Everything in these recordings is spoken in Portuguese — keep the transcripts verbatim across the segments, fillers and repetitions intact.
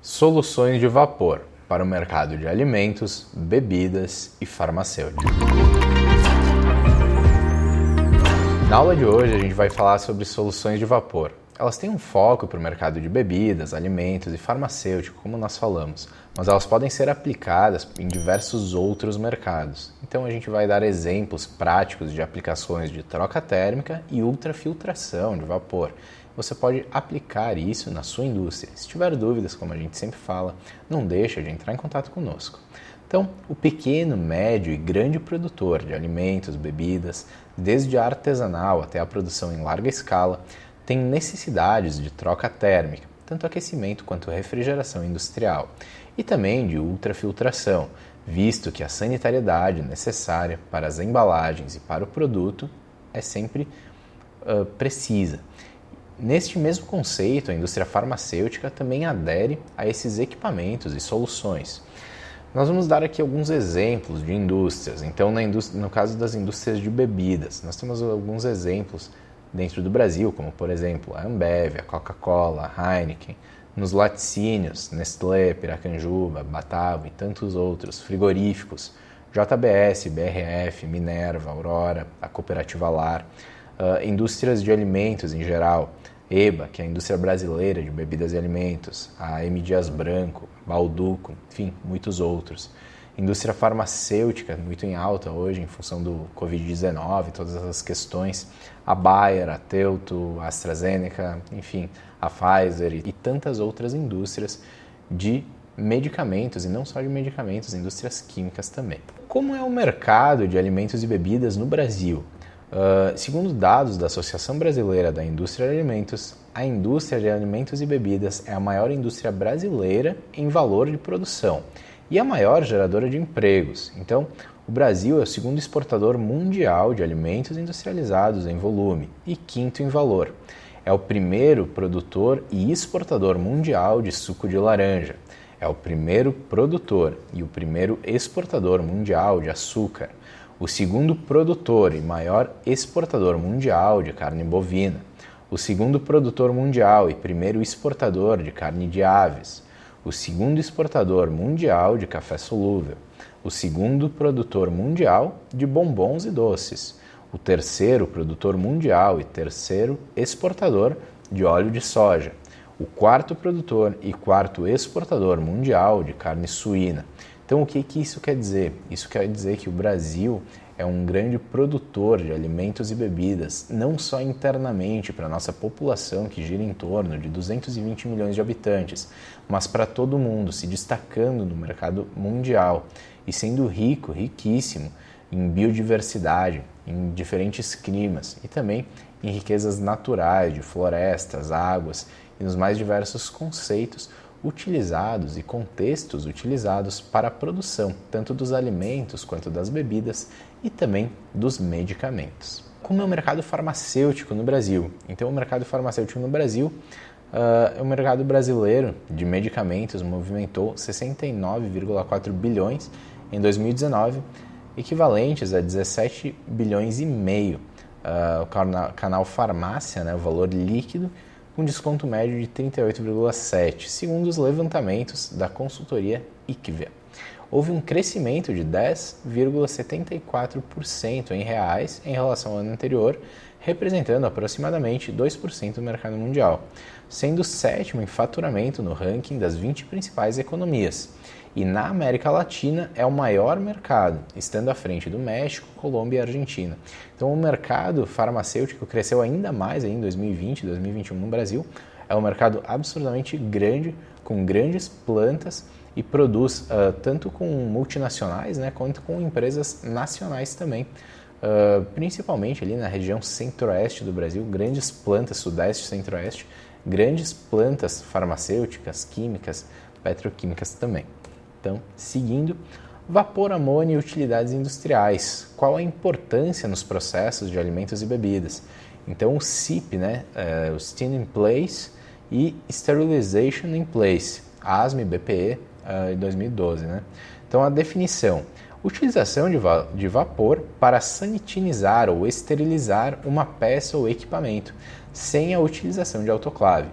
Soluções de vapor para o mercado de alimentos, bebidas e farmacêutica. Na aula de hoje a gente vai falar sobre soluções de vapor. Elas têm um foco para o mercado de bebidas, alimentos e farmacêutico, como nós falamos, mas elas podem ser aplicadas em diversos outros mercados. Então a gente vai dar exemplos práticos de aplicações de troca térmica e ultrafiltração de vapor. Você pode aplicar isso na sua indústria. Se tiver dúvidas, como a gente sempre fala, não deixa de entrar em contato conosco. Então, o pequeno, médio e grande produtor de alimentos, bebidas, desde a artesanal até a produção em larga escala, tem necessidades de troca térmica, tanto aquecimento quanto refrigeração industrial, e também de ultrafiltração, visto que a sanitariedade necessária para as embalagens e para o produto é sempre uh, precisa. Neste mesmo conceito, a indústria farmacêutica também adere a esses equipamentos e soluções. Nós vamos dar aqui alguns exemplos de indústrias. Então, na indústria, no caso das indústrias de bebidas, nós temos alguns exemplos dentro do Brasil, como por exemplo a Ambev, a Coca-Cola, a Heineken, nos laticínios, Nestlé, Piracanjuba, Batavo e tantos outros, frigoríficos, J B S, B R F, Minerva, Aurora, a Cooperativa Lar, uh, indústrias de alimentos em geral, E B A, que é a indústria brasileira de bebidas e alimentos, a M. Dias Branco, Balduco, enfim, muitos outros. Indústria farmacêutica, muito em alta hoje em função do covid dezenove, todas essas questões, a Bayer, a Teuto, a AstraZeneca, enfim, a Pfizer e tantas outras indústrias de medicamentos, e não só de medicamentos, indústrias químicas também. Como é o mercado de alimentos e bebidas no Brasil? Uh, segundo dados da Associação Brasileira da Indústria de Alimentos, a indústria de alimentos e bebidas é a maior indústria brasileira em valor de produção e a maior geradora de empregos. Então, o Brasil é o segundo exportador mundial de alimentos industrializados em volume e quinto em valor. É o primeiro produtor e exportador mundial de suco de laranja. É o primeiro produtor e o primeiro exportador mundial de açúcar. O segundo produtor e maior exportador mundial de carne bovina. O segundo produtor mundial e primeiro exportador de carne de aves. O segundo exportador mundial de café solúvel, o segundo produtor mundial de bombons e doces, o terceiro produtor mundial e terceiro exportador de óleo de soja, o quarto produtor e quarto exportador mundial de carne suína. Então, o que, que isso quer dizer? Isso quer dizer que o Brasil é um grande produtor de alimentos e bebidas, não só internamente para a nossa população, que gira em torno de duzentos e vinte milhões de habitantes, mas para todo mundo, se destacando no mercado mundial e sendo rico, riquíssimo em biodiversidade, em diferentes climas e também em riquezas naturais de florestas, águas e nos mais diversos conceitos utilizados e contextos utilizados para a produção, tanto dos alimentos quanto das bebidas e também dos medicamentos. Como é o mercado farmacêutico no Brasil? Então, o mercado farmacêutico no Brasil, uh, o mercado brasileiro de medicamentos movimentou sessenta e nove vírgula quatro bilhões em dois mil e dezenove, equivalentes a dezessete bilhões e meio. Uh, o canal, canal farmácia, né, o valor líquido, com desconto médio de trinta e oito vírgula sete, segundo os levantamentos da consultoria IQVIA. Houve um crescimento de dez vírgula setenta e quatro por cento em reais em relação ao ano anterior, representando aproximadamente dois por cento do mercado mundial, sendo o sétimo em faturamento no ranking das vinte principais economias. E na América Latina é o maior mercado, estando à frente do México, Colômbia e Argentina. Então o mercado farmacêutico cresceu ainda mais em dois mil e vinte, dois mil e vinte e um no Brasil. É um mercado absurdamente grande, com grandes plantas e produz uh, tanto com multinacionais, né, quanto com empresas nacionais também. Uh, principalmente ali na região centro-oeste do Brasil, grandes plantas, sudeste e centro-oeste, grandes plantas farmacêuticas, químicas, petroquímicas também. Então, seguindo, vapor, amônia e utilidades industriais. Qual a importância nos processos de alimentos e bebidas? Então, o S I P, né, é, o Steam in Place e Sterilization in Place, A S M E B P E, uh, em dois mil e doze. Né? Então, a definição: utilização de, va- de vapor para sanitinizar ou esterilizar uma peça ou equipamento, sem a utilização de autoclave.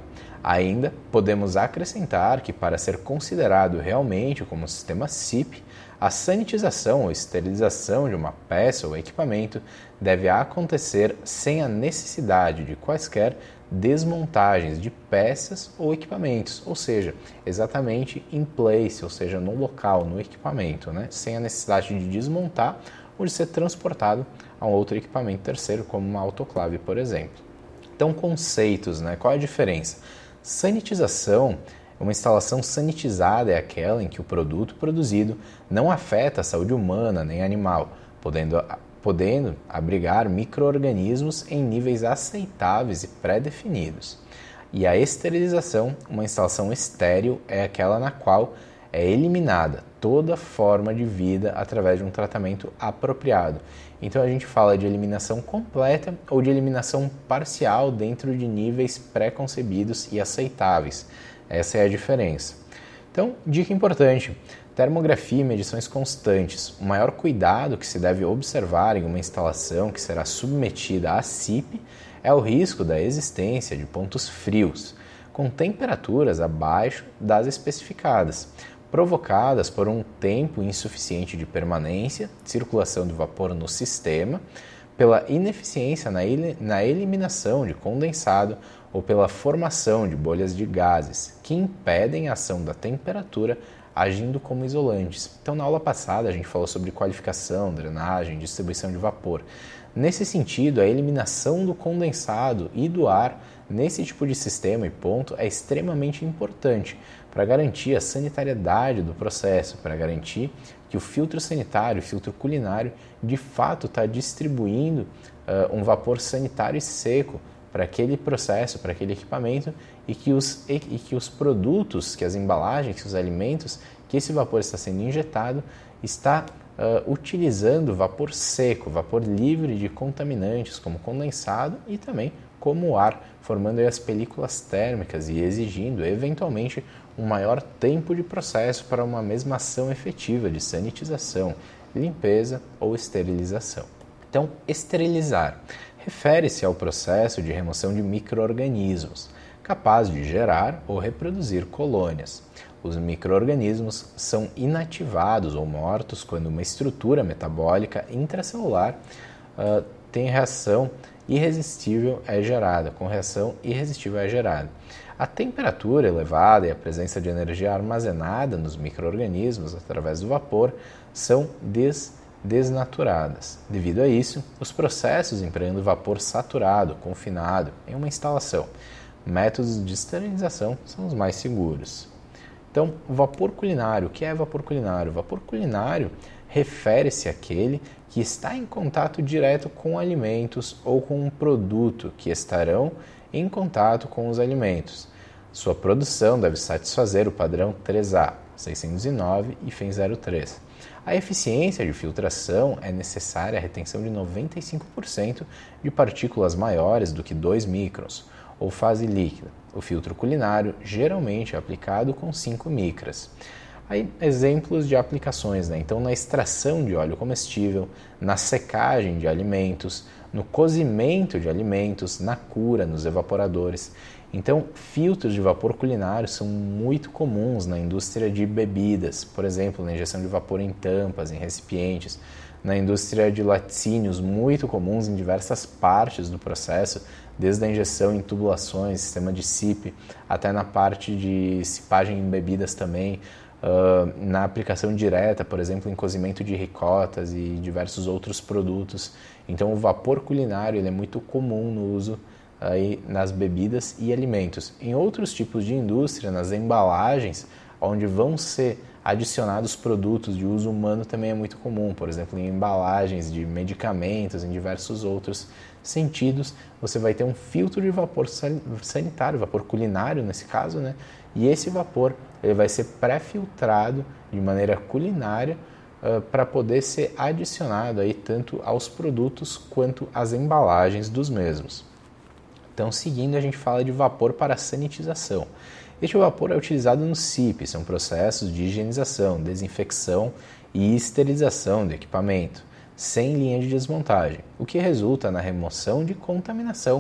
Ainda podemos acrescentar que, para ser considerado realmente como um sistema S I P, a sanitização ou esterilização de uma peça ou equipamento deve acontecer sem a necessidade de quaisquer desmontagens de peças ou equipamentos, ou seja, exatamente in place, ou seja, no local, no equipamento, né? Sem a necessidade de desmontar ou de ser transportado a um outro equipamento terceiro, como uma autoclave, por exemplo. Então, conceitos, né? Qual é a diferença? Sanitização, uma instalação sanitizada é aquela em que o produto produzido não afeta a saúde humana nem animal, podendo, podendo abrigar micro-organismos em níveis aceitáveis e pré-definidos. E a esterilização, uma instalação estéril, é aquela na qual é eliminada toda forma de vida através de um tratamento apropriado. Então a gente fala de eliminação completa ou de eliminação parcial dentro de níveis pré-concebidos e aceitáveis. Essa é a diferença. Então, dica importante: termografia e medições constantes. O maior cuidado que se deve observar em uma instalação que será submetida a S I P é o risco da existência de pontos frios, com temperaturas abaixo das especificadas, provocadas por um tempo insuficiente de permanência, circulação de vapor no sistema, pela ineficiência na, el- na eliminação de condensado ou pela formação de bolhas de gases, que impedem a ação da temperatura agindo como isolantes. Então, na aula passada, a gente falou sobre qualificação, drenagem, distribuição de vapor. Nesse sentido, a eliminação do condensado e do ar nesse tipo de sistema e ponto é extremamente importante para garantir a sanitariedade do processo, para garantir que o filtro sanitário, o filtro culinário, de fato está distribuindo uh, um vapor sanitário e seco para aquele processo, para aquele equipamento, e que, os, e, e que os produtos, que as embalagens, que os alimentos, que esse vapor está sendo injetado, está uh, utilizando vapor seco, vapor livre de contaminantes como condensado e também como ar, formando aí as películas térmicas e exigindo, eventualmente, um maior tempo de processo para uma mesma ação efetiva de sanitização, limpeza ou esterilização. Então, esterilizar refere-se ao processo de remoção de micro-organismos, capaz de gerar ou reproduzir colônias. Os micro-organismos são inativados ou mortos quando uma estrutura metabólica intracelular uh, tem reação irresistível é gerada, com reação irresistível é gerada. A temperatura elevada e a presença de energia armazenada nos micro-organismos através do vapor são des desnaturadas. Devido a isso, os processos empregando vapor saturado, confinado, em uma instalação, métodos de esterilização são os mais seguros. Então, vapor culinário. O que é vapor culinário? Vapor culinário refere-se àquele que está em contato direto com alimentos ou com um produto que estarão em contato com os alimentos. Sua produção deve satisfazer o padrão três A, seiscentos e nove, I F E M zero três. A eficiência de filtração é necessária à retenção de noventa e cinco por cento de partículas maiores do que dois microns, ou fase líquida. O filtro culinário geralmente é aplicado com cinco micras. Aí, exemplos de aplicações, né? Então, na extração de óleo comestível, na secagem de alimentos, no cozimento de alimentos, na cura, nos evaporadores. Então, filtros de vapor culinário são muito comuns na indústria de bebidas, por exemplo, na injeção de vapor em tampas, em recipientes, na indústria de laticínios, muito comuns em diversas partes do processo, desde a injeção em tubulações, sistema de S I P, até na parte de sipagem em bebidas também, uh, na aplicação direta, por exemplo, em cozimento de ricotas e diversos outros produtos. Então, o vapor culinário ele é muito comum no uso aí nas bebidas e alimentos. Em outros tipos de indústria, nas embalagens, onde vão ser adicionados produtos de uso humano, também é muito comum. Por exemplo, em embalagens de medicamentos, em diversos outros sentidos, você vai ter um filtro de vapor sanitário, vapor culinário nesse caso, né? E esse vapor ele vai ser pré-filtrado de maneira culinária uh, para poder ser adicionado aí tanto aos produtos quanto às embalagens dos mesmos. Então, seguindo, a gente fala de vapor para sanitização. Este vapor é utilizado no S I P, são processos de higienização, desinfecção e esterilização do equipamento, sem linha de desmontagem, o que resulta na remoção de contaminação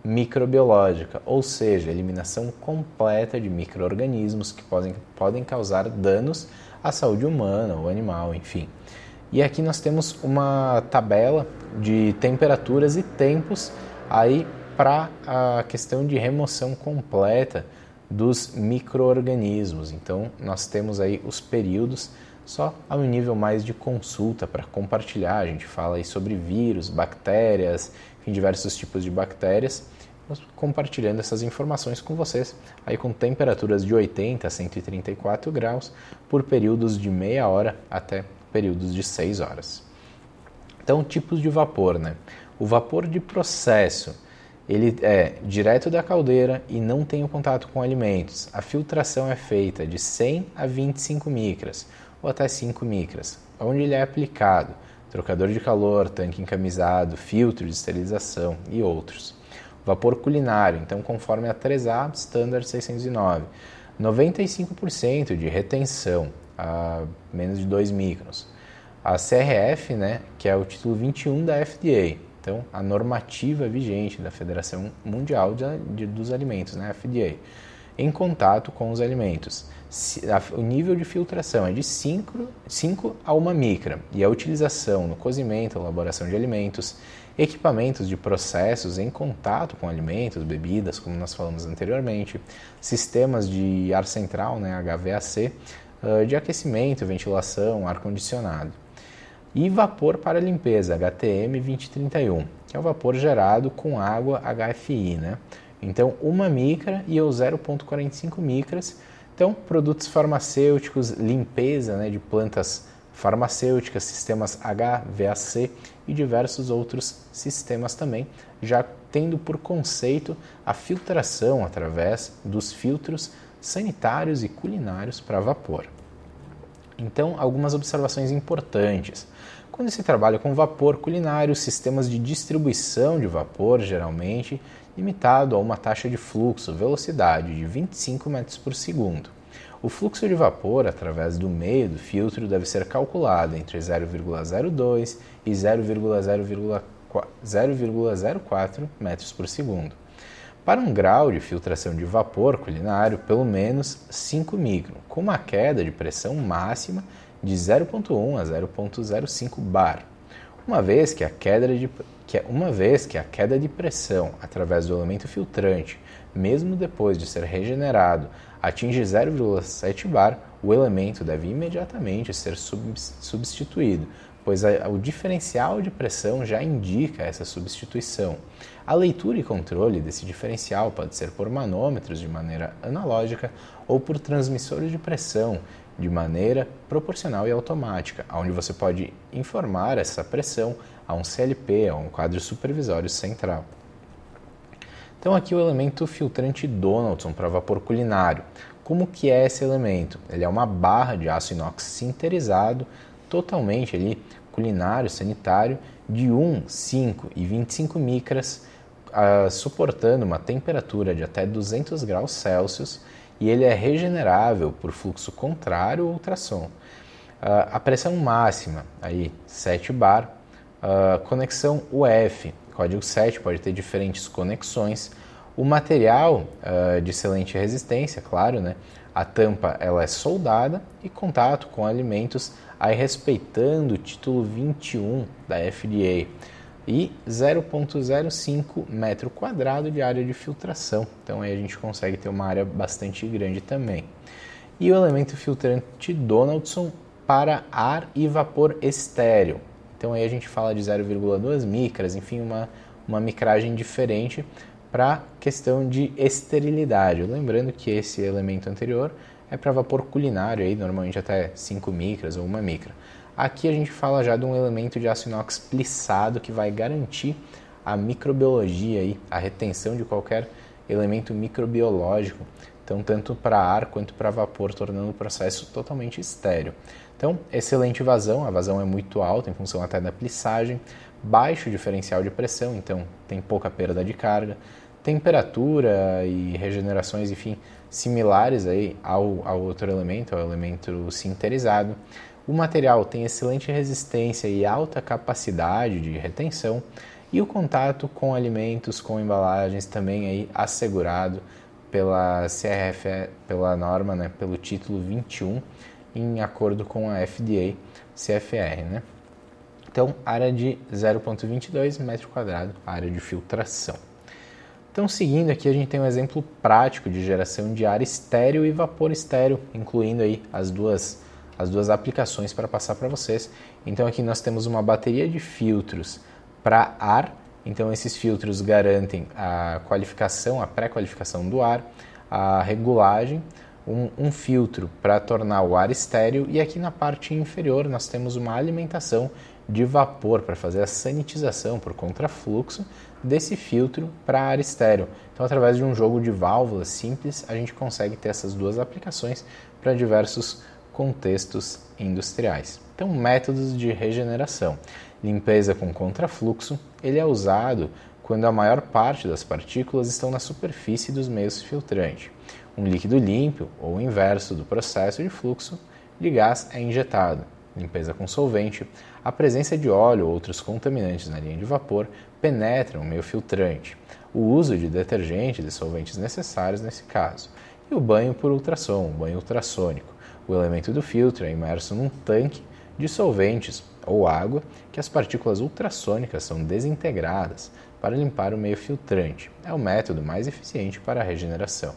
microbiológica, ou seja, eliminação completa de micro-organismos que podem, podem causar danos à saúde humana ou animal, enfim. E aqui nós temos uma tabela de temperaturas e tempos aí para a questão de remoção completa dos micro-organismos. Então, nós temos aí os períodos só a um nível mais de consulta para compartilhar. A gente fala aí sobre vírus, bactérias, enfim, diversos tipos de bactérias, compartilhando essas informações com vocês, aí com temperaturas de oitenta a cento e trinta e quatro graus por períodos de meia hora até períodos de seis horas. Então, tipos de vapor, né? O vapor de processo, ele é direto da caldeira e não tem o contato com alimentos. A filtração é feita de cem a vinte e cinco micras, ou até cinco micras, onde ele é aplicado, trocador de calor, tanque encamisado, filtro de esterilização e outros. Vapor culinário, então conforme a três A Standard seiscentos e nove, noventa e cinco por cento de retenção, a menos de dois microns. A C R F, né, que é o título vinte e um da F D A, então a normativa vigente da Federação Mundial de, de, dos Alimentos, né, F D A, em contato com os alimentos. O nível de filtração é de cinco a uma micra e a utilização no cozimento, elaboração de alimentos, equipamentos de processos em contato com alimentos, bebidas, como nós falamos anteriormente, sistemas de ar central, né, H V A C, de aquecimento, ventilação, ar-condicionado. E vapor para limpeza, H T M vinte e trinta e um, que é o vapor gerado com água H F I, né? Então, uma micra e ou zero vírgula quarenta e cinco micras. Então, produtos farmacêuticos, limpeza, né, de plantas farmacêuticas, sistemas H V A C e diversos outros sistemas também, já tendo por conceito a filtração através dos filtros sanitários e culinários para vapor. Então, algumas observações importantes. Quando se trabalha com vapor culinário, sistemas de distribuição de vapor, geralmente, limitado a uma taxa de fluxo, velocidade de vinte e cinco metros por segundo. O fluxo de vapor através do meio do filtro deve ser calculado entre zero vírgula zero dois e zero vírgula zero quatro metros por segundo. Para um grau de filtração de vapor culinário, pelo menos cinco micron, com uma queda de pressão máxima de zero vírgula um a zero vírgula zero cinco bar. Uma vez que a queda de, que, uma vez que a queda de pressão através do elemento filtrante, mesmo depois de ser regenerado, atinge zero vírgula sete bar, o elemento deve imediatamente ser sub, substituído, pois a, o diferencial de pressão já indica essa substituição. A leitura e controle desse diferencial pode ser por manômetros de maneira analógica ou por transmissores de pressão de maneira proporcional e automática, onde você pode informar essa pressão a um C L P, a um quadro supervisório central. Então aqui o elemento filtrante Donaldson para vapor culinário. Como que é esse elemento? Ele é uma barra de aço inox sinterizado, totalmente ali, culinário, sanitário, de um, cinco e vinte e cinco micras, uh, suportando uma temperatura de até duzentos graus Celsius, e ele é regenerável por fluxo contrário ou ultrassom. Uh, a pressão máxima, aí sete bar, uh, conexão U F, código sete, pode ter diferentes conexões. O material uh, de excelente resistência, claro, né? A tampa ela é soldada e contato com alimentos aí respeitando o título vinte e um da F D A e zero vírgula zero cinco metro quadrado de área de filtração. Então aí a gente consegue ter uma área bastante grande também. E o elemento filtrante Donaldson para ar e vapor estéreo. Então aí a gente fala de zero vírgula dois micras, enfim, uma, uma micragem diferente para questão de esterilidade. Lembrando que esse elemento anterior é para vapor culinário, aí, normalmente até cinco micras ou uma micra. Aqui a gente fala já de um elemento de aço inox plissado que vai garantir a microbiologia, aí, a retenção de qualquer elemento microbiológico, então tanto para ar quanto para vapor, tornando o processo totalmente estéril. Então, excelente vazão, a vazão é muito alta em função até da plissagem, baixo diferencial de pressão, então tem pouca perda de carga, temperatura e regenerações, enfim, similares aí ao, ao outro elemento, ao elemento sinterizado. O material tem excelente resistência e alta capacidade de retenção e o contato com alimentos, com embalagens também aí assegurado pela C R F, pela norma, né, pelo título vinte e um, em acordo com a F D A C F R, né? Então, área de zero vírgula vinte e dois metro quadrado, área de filtração. Então, seguindo aqui, a gente tem um exemplo prático de geração de ar estéreo e vapor estéreo, incluindo aí as duas, as duas aplicações para passar para vocês. Então, aqui nós temos uma bateria de filtros para ar. Então, esses filtros garantem a qualificação, a pré-qualificação do ar, a regulagem, um, um filtro para tornar o ar estéreo e aqui na parte inferior nós temos uma alimentação de vapor para fazer a sanitização por contrafluxo desse filtro para ar estéreo. Então, através de um jogo de válvulas simples, a gente consegue ter essas duas aplicações para diversos contextos industriais. Então, métodos de regeneração. Limpeza com contrafluxo, ele é usado quando a maior parte das partículas estão na superfície dos meios filtrantes. Um líquido limpo, ou o inverso do processo de fluxo de gás, é injetado. Limpeza com solvente, a presença de óleo ou outros contaminantes na linha de vapor penetra o meio filtrante. O uso de detergentes e solventes necessários nesse caso. E o banho por ultrassom, o banho ultrassônico. O elemento do filtro é imerso num tanque de solventes ou água que as partículas ultrassônicas são desintegradas para limpar o meio filtrante. É o método mais eficiente para a regeneração.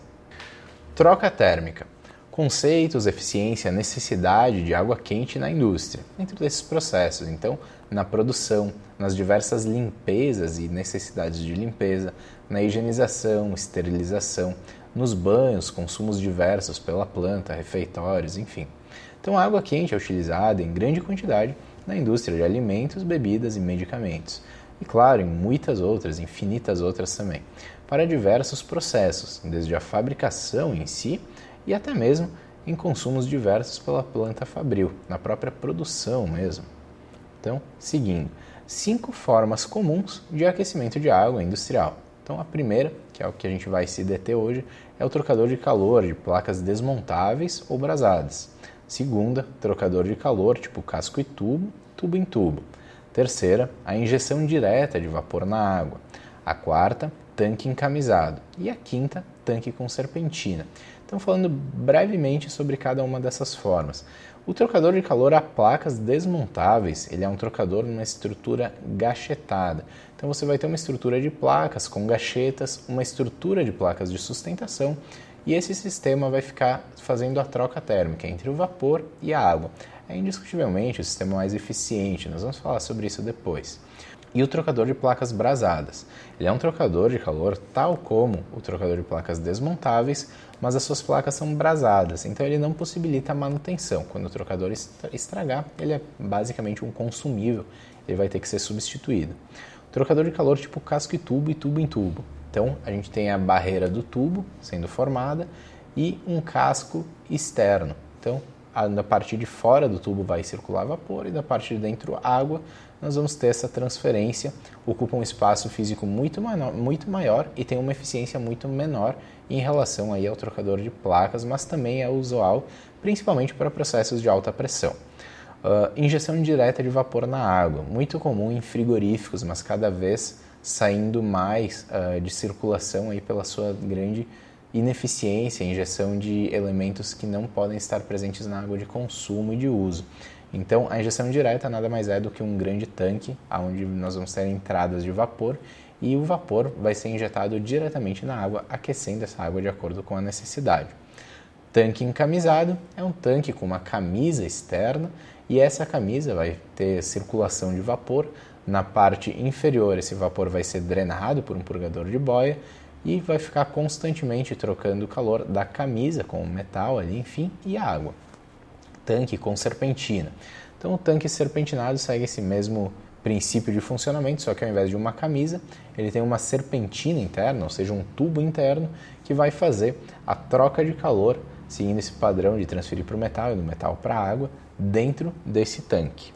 Troca térmica. Conceitos, eficiência, necessidade de água quente na indústria, dentro desses processos. Então, na produção, nas diversas limpezas e necessidades de limpeza, na higienização, esterilização, nos banhos, consumos diversos pela planta, refeitórios, enfim. Então, a água quente é utilizada em grande quantidade na indústria de alimentos, bebidas e medicamentos. E, claro, em muitas outras, infinitas outras também, para diversos processos, desde a fabricação em si, e até mesmo em consumos diversos pela planta fabril, na própria produção mesmo. Então, seguindo, cinco formas comuns de aquecimento de água industrial. Então, a primeira, que é o que a gente vai se deter hoje, é o trocador de calor de placas desmontáveis ou brasadas. Segunda, trocador de calor tipo casco e tubo, tubo em tubo. Terceira, a injeção direta de vapor na água. A quarta, tanque encamisado. E a quinta, tanque com serpentina. Então, falando brevemente sobre cada uma dessas formas. O trocador de calor a placas desmontáveis, ele é um trocador numa estrutura gachetada. Então, você vai ter uma estrutura de placas com gachetas, uma estrutura de placas de sustentação, e esse sistema vai ficar fazendo a troca térmica entre o vapor e a água. É indiscutivelmente o sistema mais eficiente, nós vamos falar sobre isso depois. E o trocador de placas brasadas. Ele é um trocador de calor tal como o trocador de placas desmontáveis, mas as suas placas são brasadas, então ele não possibilita a manutenção. Quando o trocador estragar, ele é basicamente um consumível, ele vai ter que ser substituído. O trocador de calor tipo casco e tubo e tubo em tubo. Então, a gente tem a barreira do tubo sendo formada e um casco externo. Então, da parte de fora do tubo vai circular vapor e da parte de dentro água. Nós vamos ter essa transferência, ocupa um espaço físico muito maior, muito maior e tem uma eficiência muito menor em relação aí ao trocador de placas, mas também é usual, principalmente para processos de alta pressão. Uh, injeção direta de vapor na água, muito comum em frigoríficos, mas cada vez saindo mais uh, de circulação aí pela sua grande ineficiência, injeção de elementos que não podem estar presentes na água de consumo e de uso. Então, a injeção direta nada mais é do que um grande tanque, onde nós vamos ter entradas de vapor e o vapor vai ser injetado diretamente na água, aquecendo essa água de acordo com a necessidade. Tanque encamisado é um tanque com uma camisa externa e essa camisa vai ter circulação de vapor. Na parte inferior, esse vapor vai ser drenado por um purgador de boia e vai ficar constantemente trocando o calor da camisa com o metal ali, enfim, e a água. Tanque com serpentina. Então, o tanque serpentinado segue esse mesmo princípio de funcionamento, só que ao invés de uma camisa, ele tem uma serpentina interna, ou seja, um tubo interno que vai fazer a troca de calor, seguindo esse padrão de transferir para o metal e do metal para a água, dentro desse tanque.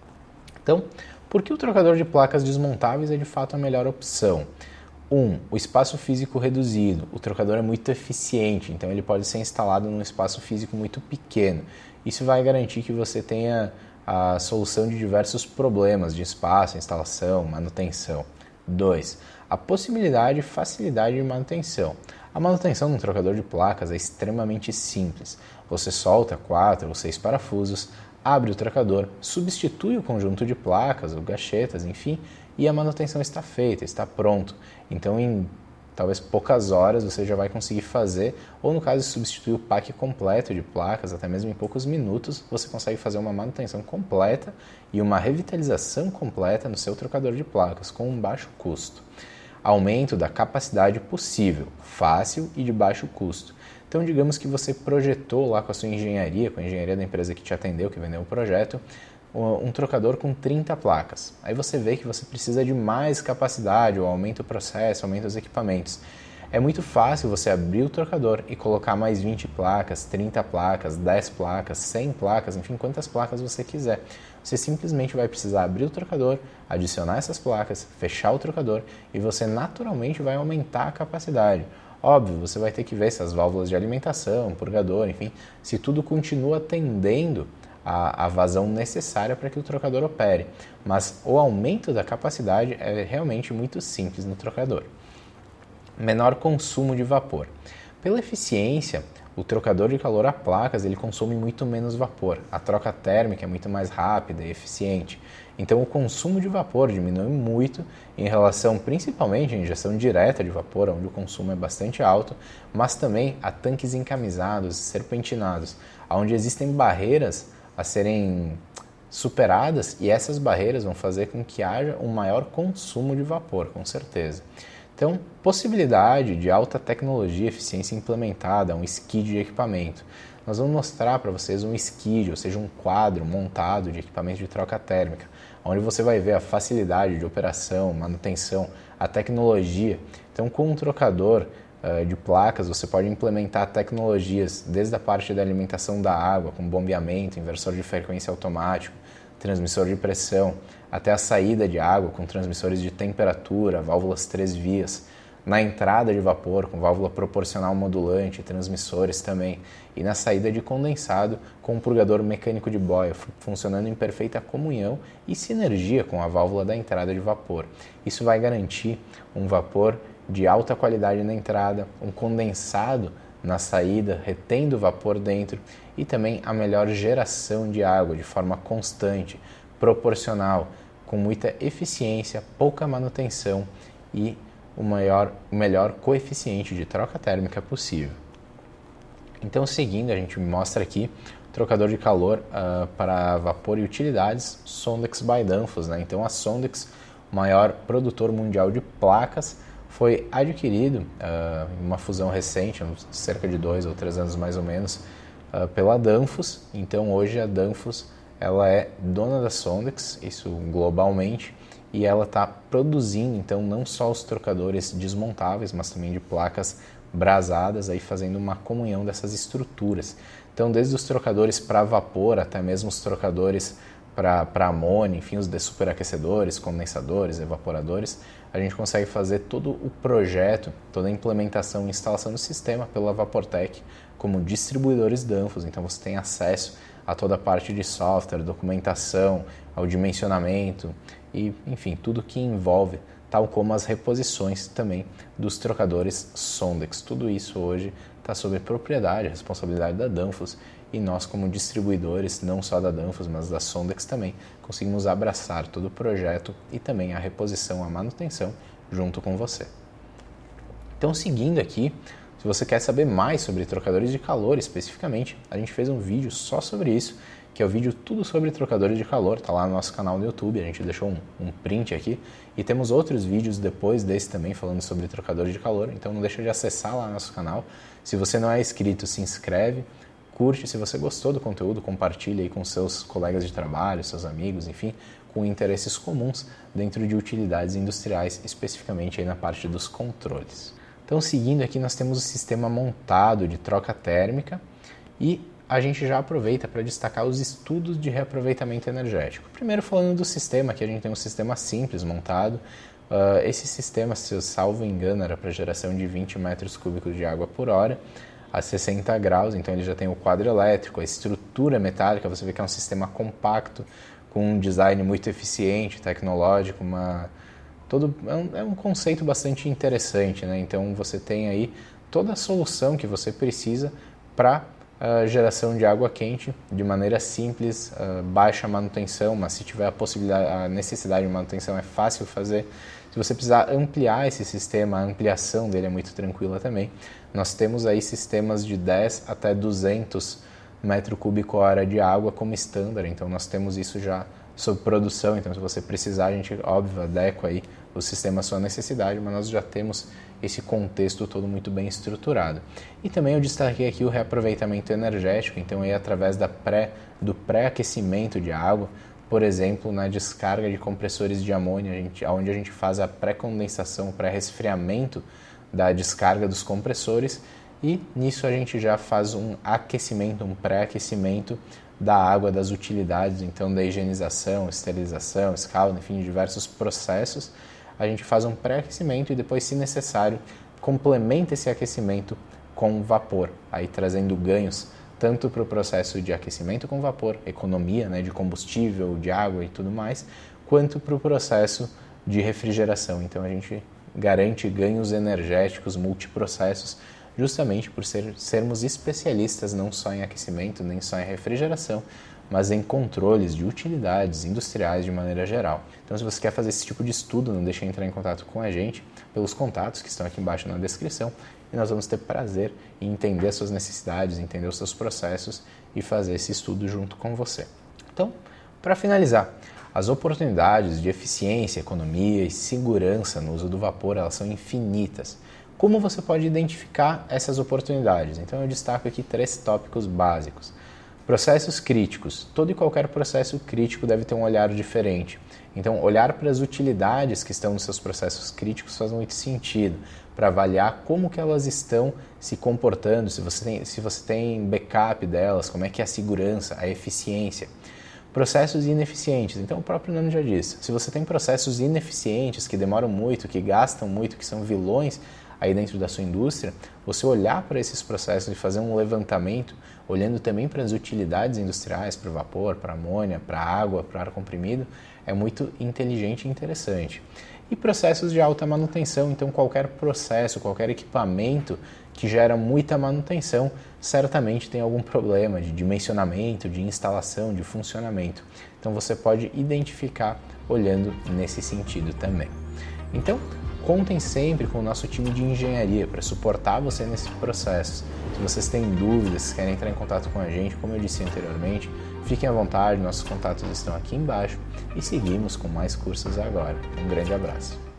Então, por que o trocador de placas desmontáveis é de fato a melhor opção? Um, o espaço físico reduzido. O trocador é muito eficiente, então ele pode ser instalado num espaço físico muito pequeno. Isso vai garantir que você tenha a solução de diversos problemas de espaço, instalação, manutenção. dois. A possibilidade e facilidade de manutenção. A manutenção num trocador de placas é extremamente simples. Você solta quatro ou seis parafusos, abre o trocador, substitui o conjunto de placas ou gachetas, enfim, e a manutenção está feita, está pronto. Então, em talvez poucas horas você já vai conseguir fazer, ou no caso de substituir o pack completo de placas, até mesmo em poucos minutos, você consegue fazer uma manutenção completa e uma revitalização completa no seu trocador de placas, com um baixo custo. Aumento da capacidade possível, fácil e de baixo custo. Então, digamos que você projetou lá com a sua engenharia, com a engenharia da empresa que te atendeu, que vendeu o projeto, um trocador com trinta placas. Aí você vê que você precisa de mais capacidade, ou aumenta o processo, aumenta os equipamentos. É muito fácil você abrir o trocador e colocar mais vinte placas, trinta placas, dez placas, cem placas, enfim, quantas placas você quiser. Você simplesmente vai precisar abrir o trocador, adicionar essas placas, fechar o trocador e você naturalmente vai aumentar a capacidade. Óbvio, você vai ter que ver se as válvulas de alimentação, purgador, enfim, se tudo continua atendendo a, a vazão necessária para que o trocador opere. Mas o aumento da capacidade é realmente muito simples no trocador. Menor consumo de vapor. Pela eficiência, o trocador de calor a placas ele consome muito menos vapor. A troca térmica é muito mais rápida e eficiente. Então o consumo de vapor diminui muito em relação principalmente à injeção direta de vapor, onde o consumo é bastante alto, mas também a tanques encamisados, serpentinados, onde existem barreiras a serem superadas e essas barreiras vão fazer com que haja um maior consumo de vapor, com certeza. Então, possibilidade de alta tecnologia e eficiência implementada, um skid de equipamento. Nós vamos mostrar para vocês um skid, ou seja, um quadro montado de equipamento de troca térmica, onde você vai ver a facilidade de operação, manutenção, a tecnologia. Então, com um trocador uh, de placas, você pode implementar tecnologias desde a parte da alimentação da água, com bombeamento, inversor de frequência automático, transmissor de pressão, até a saída de água com transmissores de temperatura, válvulas três vias, na entrada de vapor com válvula proporcional modulante, transmissores também, e na saída de condensado com um purgador mecânico de boia, funcionando em perfeita comunhão e sinergia com a válvula da entrada de vapor. Isso vai garantir um vapor de alta qualidade na entrada, um condensado na saída, retendo vapor dentro e também a melhor geração de água de forma constante, proporcional, com muita eficiência, pouca manutenção e o, maior, o melhor coeficiente de troca térmica possível. Então, seguindo, a gente mostra aqui o trocador de calor uh, para vapor e utilidades Sondex by Danfoss, né? Então, a Sondex, o maior produtor mundial de placas, foi adquirido uh, em uma fusão recente, cerca de dois ou três anos mais ou menos, uh, pela Danfoss. Então, hoje a Danfoss ela é dona da Sondex, isso globalmente, e ela está produzindo então não só os trocadores desmontáveis, mas também de placas brasadas, aí fazendo uma comunhão dessas estruturas. Então, desde os trocadores para vapor até mesmo os trocadores para amônia, enfim, os superaquecedores, condensadores, evaporadores, a gente consegue fazer todo o projeto, toda a implementação e instalação do sistema pela Vaportec como distribuidores Danfoss. Então, você tem acesso a toda a parte de software, documentação, ao dimensionamento e, enfim, tudo que envolve, tal como as reposições também dos trocadores Sondex. Tudo isso hoje está sob propriedade, responsabilidade da Danfoss e nós, como distribuidores, não só da Danfoss, mas da Sondex também, conseguimos abraçar todo o projeto e também a reposição, a manutenção junto com você. Então, seguindo aqui, se você quer saber mais sobre trocadores de calor especificamente, a gente fez um vídeo só sobre isso, que é o vídeo tudo sobre trocadores de calor, está lá no nosso canal no YouTube, a gente deixou um, um print aqui, e temos outros vídeos depois desse também falando sobre trocadores de calor, então não deixa de acessar lá nosso canal. Se você não é inscrito, se inscreve, curte, se você gostou do conteúdo, compartilha aí com seus colegas de trabalho, seus amigos, enfim, com interesses comuns dentro de utilidades industriais, especificamente aí na parte dos controles. Então, seguindo aqui, nós temos o sistema montado de troca térmica e a gente já aproveita para destacar os estudos de reaproveitamento energético. Primeiro, falando do sistema, aqui a gente tem um sistema simples montado. Uh, esse sistema, se eu salvo engano, era para geração de vinte metros cúbicos de água por hora a sessenta graus, então ele já tem o quadro elétrico, a estrutura metálica, você vê que é um sistema compacto, com um design muito eficiente, tecnológico, uma... todo, é, um, é um conceito bastante interessante, né? Então você tem aí toda a solução que você precisa para a geração de água quente de maneira simples, uh, baixa manutenção, mas se tiver a possibilidade, a necessidade de manutenção é fácil fazer. Se você precisar ampliar esse sistema, a ampliação dele é muito tranquila também. Nós temos aí sistemas de dez até duzentos metro cúbico hora de água como estándar, então nós temos isso já sob produção, então se você precisar, a gente, óbvio, adequa aí o sistema à sua necessidade, mas nós já temos esse contexto todo muito bem estruturado. E também eu destaquei aqui o reaproveitamento energético, então aí através da pré, do pré-aquecimento de água, por exemplo, na descarga de compressores de amônia, a gente, onde a gente faz a pré-condensação, o pré-resfriamento da descarga dos compressores, e nisso a gente já faz um aquecimento, um pré-aquecimento da água das utilidades, então da higienização, esterilização, escalda, enfim, diversos processos. A gente faz um pré-aquecimento e depois, se necessário, complementa esse aquecimento com vapor, aí trazendo ganhos tanto para o processo de aquecimento com vapor, economia, né, de combustível, de água e tudo mais, quanto para o processo de refrigeração. Então a gente garante ganhos energéticos multiprocessos, justamente por ser, sermos especialistas não só em aquecimento, nem só em refrigeração, mas em controles de utilidades industriais de maneira geral. Então, se você quer fazer esse tipo de estudo, não deixe de entrar em contato com a gente pelos contatos que estão aqui embaixo na descrição, e nós vamos ter prazer em entender as suas necessidades, entender os seus processos e fazer esse estudo junto com você. Então, para finalizar, as oportunidades de eficiência, economia e segurança no uso do vapor, elas são infinitas. Como você pode identificar essas oportunidades? Então, eu destaco aqui três tópicos básicos. Processos críticos. Todo e qualquer processo crítico deve ter um olhar diferente. Então, olhar para as utilidades que estão nos seus processos críticos faz muito sentido, para avaliar como que elas estão se comportando, se você tem, se você tem backup delas, como é que é a segurança, a eficiência. Processos ineficientes. Então, o próprio nome já diz. Se você tem processos ineficientes, que demoram muito, que gastam muito, que são vilões aí dentro da sua indústria, você olhar para esses processos e fazer um levantamento, olhando também para as utilidades industriais, para o vapor, para a amônia, para a água, para o ar comprimido, é muito inteligente e interessante. E processos de alta manutenção, então qualquer processo, qualquer equipamento que gera muita manutenção, certamente tem algum problema de dimensionamento, de instalação, de funcionamento. Então você pode identificar olhando nesse sentido também. Então, contem sempre com o nosso time de engenharia para suportar você nesse processo. Se vocês têm dúvidas, querem entrar em contato com a gente, como eu disse anteriormente, fiquem à vontade, nossos contatos estão aqui embaixo e seguimos com mais cursos agora. Um grande abraço.